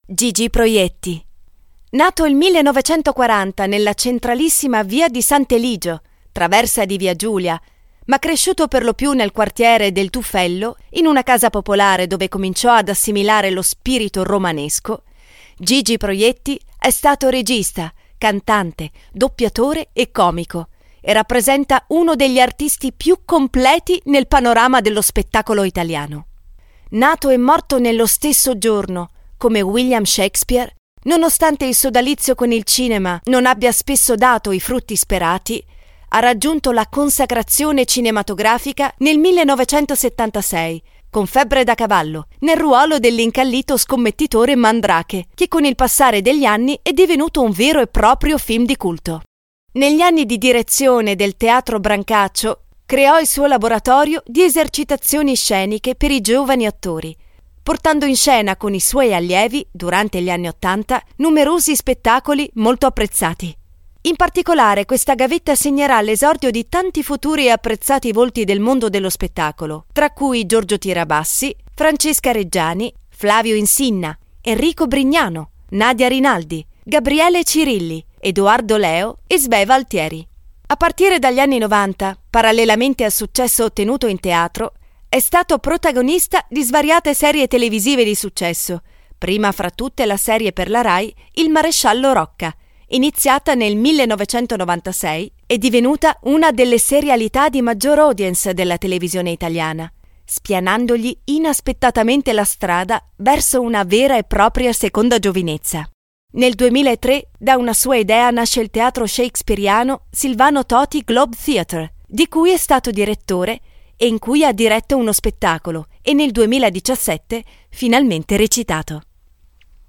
Gigi Proietti. Nato il 1940 nella centralissima via di Sant'Eligio, traversa di via Giulia, ma cresciuto per lo più nel quartiere del Tuffello, in una casa popolare dove cominciò ad assimilare lo spirito romanesco, Gigi Proietti è stato regista, cantante, doppiatore e comico e rappresenta uno degli artisti più completi nel panorama dello spettacolo italiano. Nato e morto nello stesso giorno, come William Shakespeare, nonostante il sodalizio con il cinema non abbia spesso dato i frutti sperati, ha raggiunto la consacrazione cinematografica nel 1976, con Febbre da cavallo, nel ruolo dell'incallito scommettitore Mandrake, che con il passare degli anni è divenuto un vero e proprio film di culto. Negli anni di direzione del Teatro Brancaccio, creò il suo laboratorio di esercitazioni sceniche per i giovani attori, portando in scena con i suoi allievi, durante gli anni '80, numerosi spettacoli molto apprezzati. In particolare questa gavetta segnerà l'esordio di tanti futuri e apprezzati volti del mondo dello spettacolo, tra cui Giorgio Tirabassi, Francesca Reggiani, Flavio Insinna, Enrico Brignano, Nadia Rinaldi, Gabriele Cirilli, Edoardo Leo e Sveva Altieri. A partire dagli anni '90, parallelamente al successo ottenuto in teatro, è stato protagonista di svariate serie televisive di successo, prima fra tutte la serie per la Rai Il Maresciallo Rocca, iniziata nel 1996 e divenuta una delle serialità di maggior audience della televisione italiana, spianandogli inaspettatamente la strada verso una vera e propria seconda giovinezza. Nel 2003, da una sua idea nasce il teatro shakespeariano Silvano Toti Globe Theatre, di cui è stato direttore e in cui ha diretto uno spettacolo e nel 2017 finalmente recitato.